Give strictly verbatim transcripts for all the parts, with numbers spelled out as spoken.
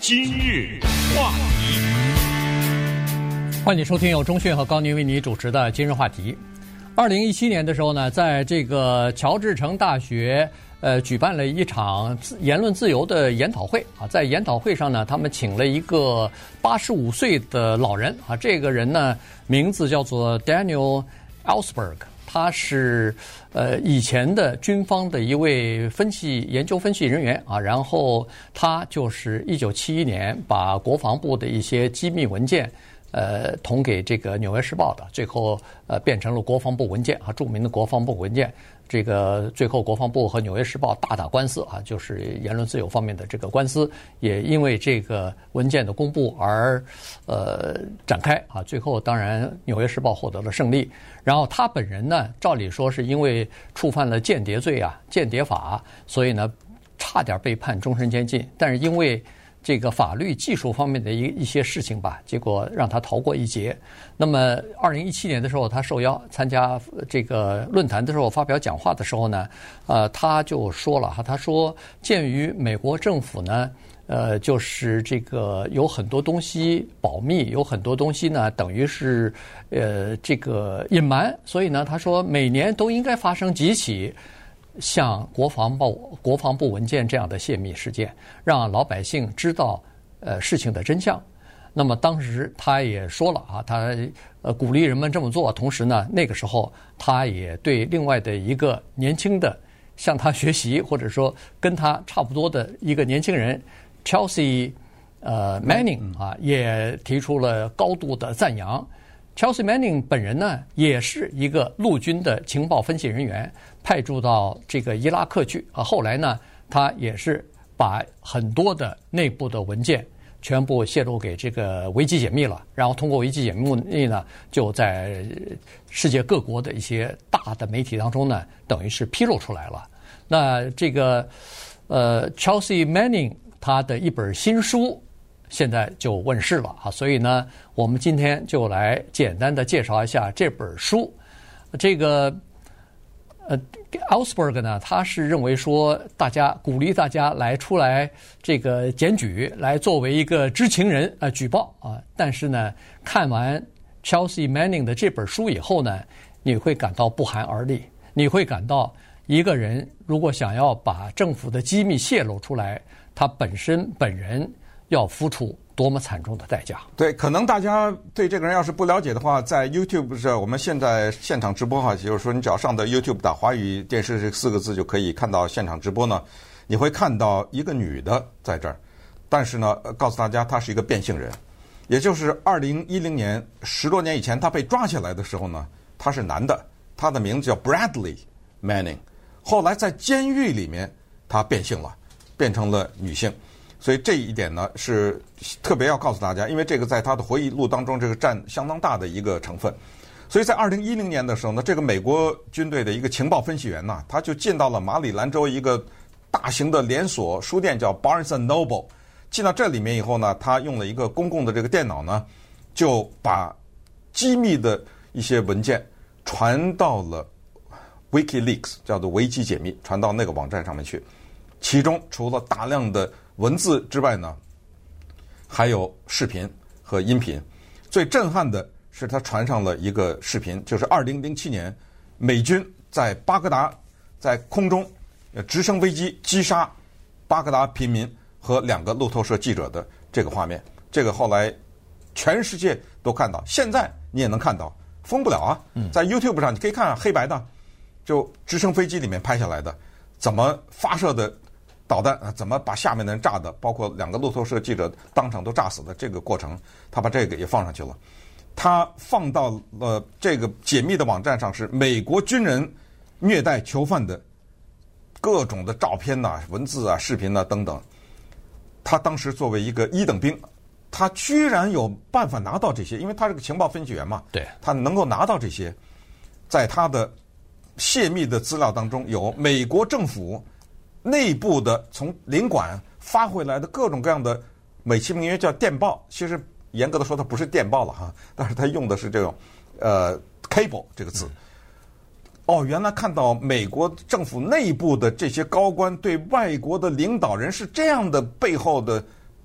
今日话题， 欢迎收听由钟讯和高宁为你主持的今日话题。二零一七年的时候呢，在这个乔治城大学呃举办了一场言论自由的研讨会啊，在研讨会上呢，他们请了一个八十五岁的老人啊，这个人呢名字叫做 Daniel Ellsberg。他是呃以前的军方的一位分析研究分析人员啊，然后他就是一九七一年把国防部的一些机密文件呃捅给这个《纽约时报》的，最后呃变成了国防部文件啊，著名的国防部文件。这个最后国防部和《纽约时报》大打官司啊，就是言论自由方面的这个官司，也因为这个文件的公布而呃展开啊。最后当然《纽约时报》获得了胜利。然后他本人呢，照理说是因为触犯了间谍罪啊、间谍法，所以呢差点被判终身监禁。但是因为这个法律技术方面的一一些事情吧，结果让他逃过一劫。那么二零一七年的时候，他受邀参加这个论坛的时候发表讲话的时候呢，呃，他就说了哈，他说鉴于美国政府呢，呃，就是这个有很多东西保密，有很多东西呢等于是呃这个隐瞒，所以呢，他说每年都应该发生几起像国防部国防部文件这样的泄密事件，让老百姓知道呃事情的真相。那么当时他也说了啊，他呃鼓励人们这么做，同时呢，那个时候他也对另外的一个年轻的向他学习或者说跟他差不多的一个年轻人 Chelsea 呃 Manning 啊，也提出了高度的赞扬。Chelsea Manning 本人呢，也是一个陆军的情报分析人员，派驻到这个伊拉克去啊。后来呢，他也是把很多的内部的文件全部泄露给这个维基解密了，然后通过维基解密呢，就在世界各国的一些大的媒体当中呢，等于是披露出来了。那这个呃 Chelsea Manning 他的一本新书现在就问世了啊，所以呢，我们今天就来简单的介绍一下这本书。这个呃 Ellsberg 呢，他是认为说，大家鼓励大家来出来这个检举，来作为一个知情人呃举报啊。但是呢，看完 Chelsea Manning 的这本书以后呢，你会感到不寒而栗，你会感到一个人如果想要把政府的机密泄露出来，他本身本人要付出多么惨重的代价。 对，可能大家对这个人要是不了解的话，在 YouTube 上，我们现在现场直播哈，就是说你只要上到 YouTube 打华语电视这四个字就可以看到现场直播呢。你会看到一个女的在这儿，但是呢，告诉大家她是一个变性人，也就是二零一零年十多年以前她被抓起来的时候呢，她是男的，她的名字叫 Bradley Manning， 后来在监狱里面她变性了，变成了女性。所以这一点呢是特别要告诉大家，因为这个在他的回忆录当中，这个占相当大的一个成分。所以在二零一零年的时候呢，这个美国军队的一个情报分析员呢，他就进到了马里兰州一个大型的连锁书店叫 Barnes and Noble。进到这里面以后呢，他用了一个公共的这个电脑呢，就把机密的一些文件传到了 WikiLeaks， 叫做维基解密，传到那个网站上面去。其中除了大量的文字之外呢，还有视频和音频。最震撼的是他传上了一个视频，就是二零零七年美军在巴格达在空中直升飞机击杀巴格达平民和两个路透社记者的这个画面。这个后来全世界都看到，现在你也能看到，封不了啊，在 YouTube 上你可以看黑白的，就直升飞机里面拍下来的，怎么发射的导弹啊，怎么把下面的人炸的，包括两个路透社记者当场都炸死的这个过程，他把这个也放上去了。他放到了这个解密的网站上，是美国军人虐待囚犯的各种的照片呐、啊、文字啊、视频啊等等。他当时作为一个一等兵，他居然有办法拿到这些，因为他是个情报分析员嘛， 对， 他能够拿到这些。在他的泄密的资料当中，有美国政府内部的从领馆发回来的各种各样的美其名曰叫电报，其实严格的说它不是电报了哈，但是它用的是这种呃 cable 这个字。哦，原来看到美国政府内部的这些高官对外国的领导人是这样的背后的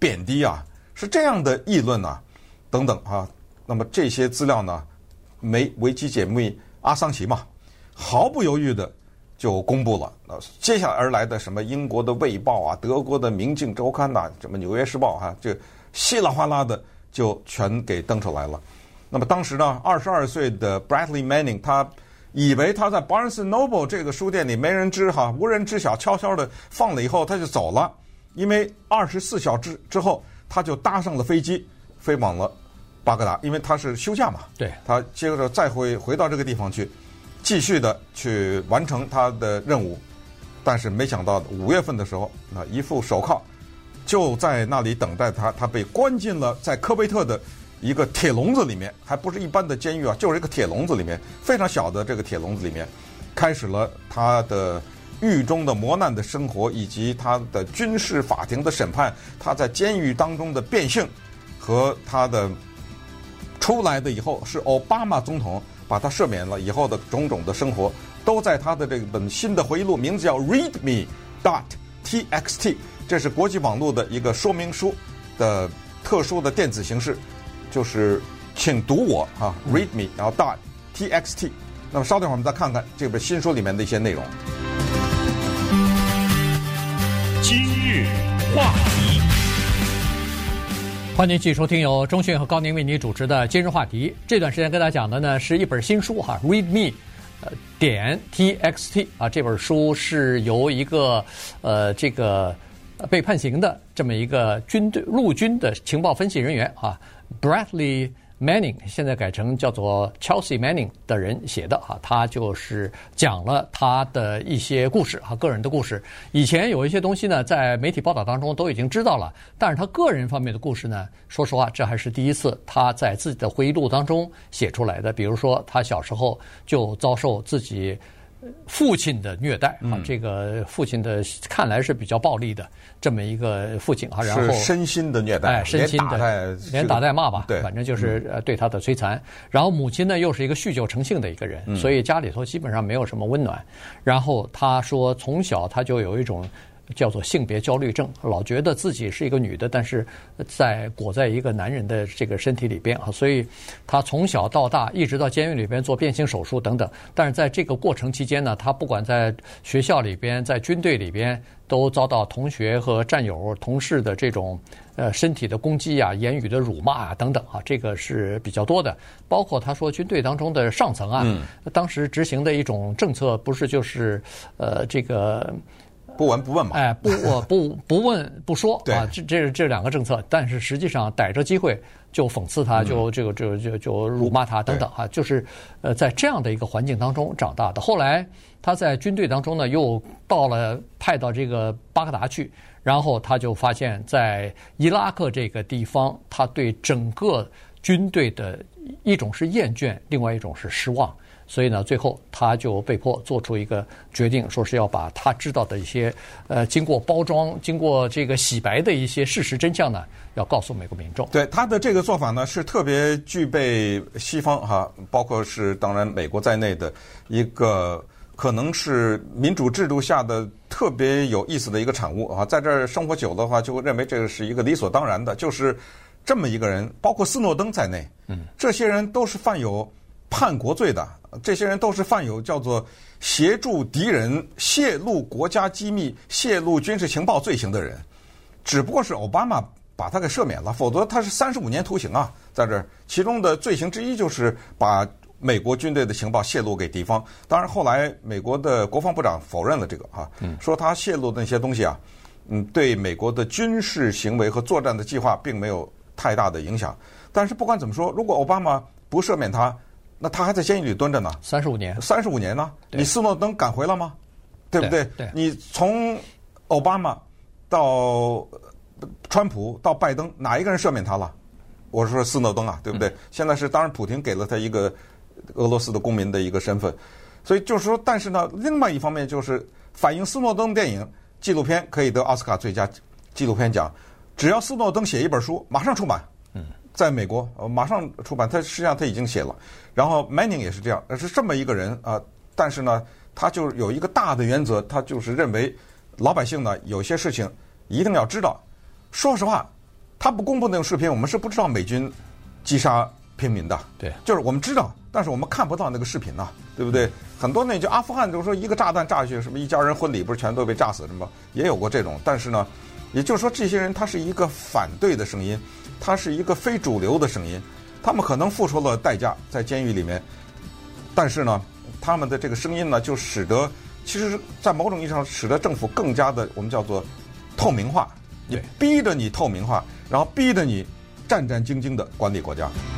贬低啊，是这样的议论啊，等等啊。那么这些资料呢，媒维基解密阿桑奇嘛，毫不犹豫的就公布了。呃，接下来而来的什么英国的《卫报》啊，德国的《明镜周刊》呐，什么《纽约时报》哈，这稀里哗啦的就全给登出来了。那么当时呢，二十二岁的 Bradley Manning 他以为他在 Barnes and Noble 这个书店里没人知哈，无人知晓，悄悄的放了以后他就走了。因为二十四小时之后，他就搭上了飞机，飞往了巴格达，因为他是休假嘛。 对， 他接着再回回到这个地方去，继续的去完成他的任务。但是没想到五月份的时候，那一副手铐就在那里等待他，他被关进了在科威特的一个铁笼子里面，还不是一般的监狱啊，就是一个铁笼子里面，非常小的这个铁笼子里面，开始了他的狱中的磨难的生活，以及他的军事法庭的审判，他在监狱当中的变性，和他的出来的以后是奥巴马总统把他赦免了以后的种种的生活，都在他的这本新的回忆录，名字叫 Read Me dot T X T， 这是国际网络的一个说明书的特殊的电子形式，就是请读我啊 ，Read Me， 然后 dot T X T。那么稍等会儿我们再看看这本新书里面的一些内容。 今日话题， 欢迎继续收听由钟迅和高宁为你主持的今日话题。这段时间跟大家讲的呢是一本新书哈 ，Read Me， 呃点 T X T 啊，这本书是由一个呃这个被判刑的这么一个军队陆军的情报分析人员啊 ，Bradley Manning 现在改成叫做 Chelsea Manning 的人写的啊，他就是讲了他的一些故事啊，个人的故事。以前有一些东西呢，在媒体报道当中都已经知道了，但是他个人方面的故事呢，说实话，这还是第一次他在自己的回忆录当中写出来的。比如说，他小时候就遭受自己父亲的虐待啊，这个父亲的看来是比较暴力的这么一个父亲啊，然后是身心的虐待， 哎，身心的连打带骂吧， 对， 反正就是呃对他的摧残。然后母亲呢又是一个酗酒成性的一个人， 嗯、 所以家里头基本上没有什么温暖。然后他说从小他就有一种叫做性别焦虑症，老觉得自己是一个女的，但是在裹在一个男人的这个身体里边啊，所以他从小到大一直到监狱里边做变性手术等等。但是在这个过程期间呢，他不管在学校里边，在军队里边，都遭到同学和战友、同事的这种呃身体的攻击啊、言语的辱骂啊等等啊，这个是比较多的。包括他说军队当中的上层啊，嗯、当时执行的一种政策，不是就是呃这个。 不闻不问嘛， 哎，不不不问不说啊，这这这两个政策，但是实际上逮着机会就讽刺他，就就就就就辱骂他等等啊，就是呃在这样的一个环境当中长大的。后来他在军队当中呢，又到了派到这个巴格达去，然后他就发现，在伊拉克这个地方，他对整个军队的一种是厌倦，另外一种是失望。所以呢，最后他就被迫做出一个决定，说是要把他知道的一些呃经过包装、经过这个洗白的一些事实真相呢，要告诉美国民众。 对他的这个做法呢，是特别具备西方哈，包括是当然美国在内的一个可能是民主制度下的特别有意思的一个产物啊。在这儿生活久的话，就认为这个是一个理所当然的，就是这么一个人，包括斯诺登在内，嗯，这些人都是犯有叛国罪的。这些人都是犯有叫做协助敌人泄露国家机密、泄露军事情报罪行的人，只不过是奥巴马把他给赦免了，否则他是三十五年徒刑啊，在这儿。其中的罪行之一就是把美国军队的情报泄露给敌方。当然，后来美国的国防部长否认了这个啊，说他泄露的那些东西啊，嗯，对美国的军事行为和作战的计划并没有太大的影响。但是不管怎么说，如果奥巴马不赦免他，那他还在监狱里蹲着呢， 三十五年， 三十五年呢？你斯诺登赶回了吗？对不对？ 对， 你从奥巴马到川普到拜登，哪一个人赦免他了？我说斯诺登啊，对不对？嗯、现在是当然，普京给了他一个俄罗斯的公民的一个身份，所以就是说，但是呢，另外一方面就是反映斯诺登电影纪录片可以得奥斯卡最佳纪录片奖，只要斯诺登写一本书，马上出版。嗯。在美国，呃，马上出版。他实际上他已经写了，然后 Manning 也是这样，是这么一个人啊、呃。但是呢，他就有一个大的原则，他就是认为老百姓呢有些事情一定要知道。说实话， 他不公布那种视频，我们是不知道美军击杀平民的。 对， 就是我们知道，但是我们看不到那个视频呐，对不对？很多那就阿富汗，就是说一个炸弹炸下去，什么一家人婚礼不是全都被炸死，什么也有过这种。但是呢，也就是说，这些人他是一个反对的声音，他是一个非主流的声音，他们可能付出了代价在监狱里面，但是呢，他们的这个声音呢，就使得其实，在某种意义上使得政府更加的我们叫做透明化，你逼着你透明化，然后逼着你战战兢兢地管理国家。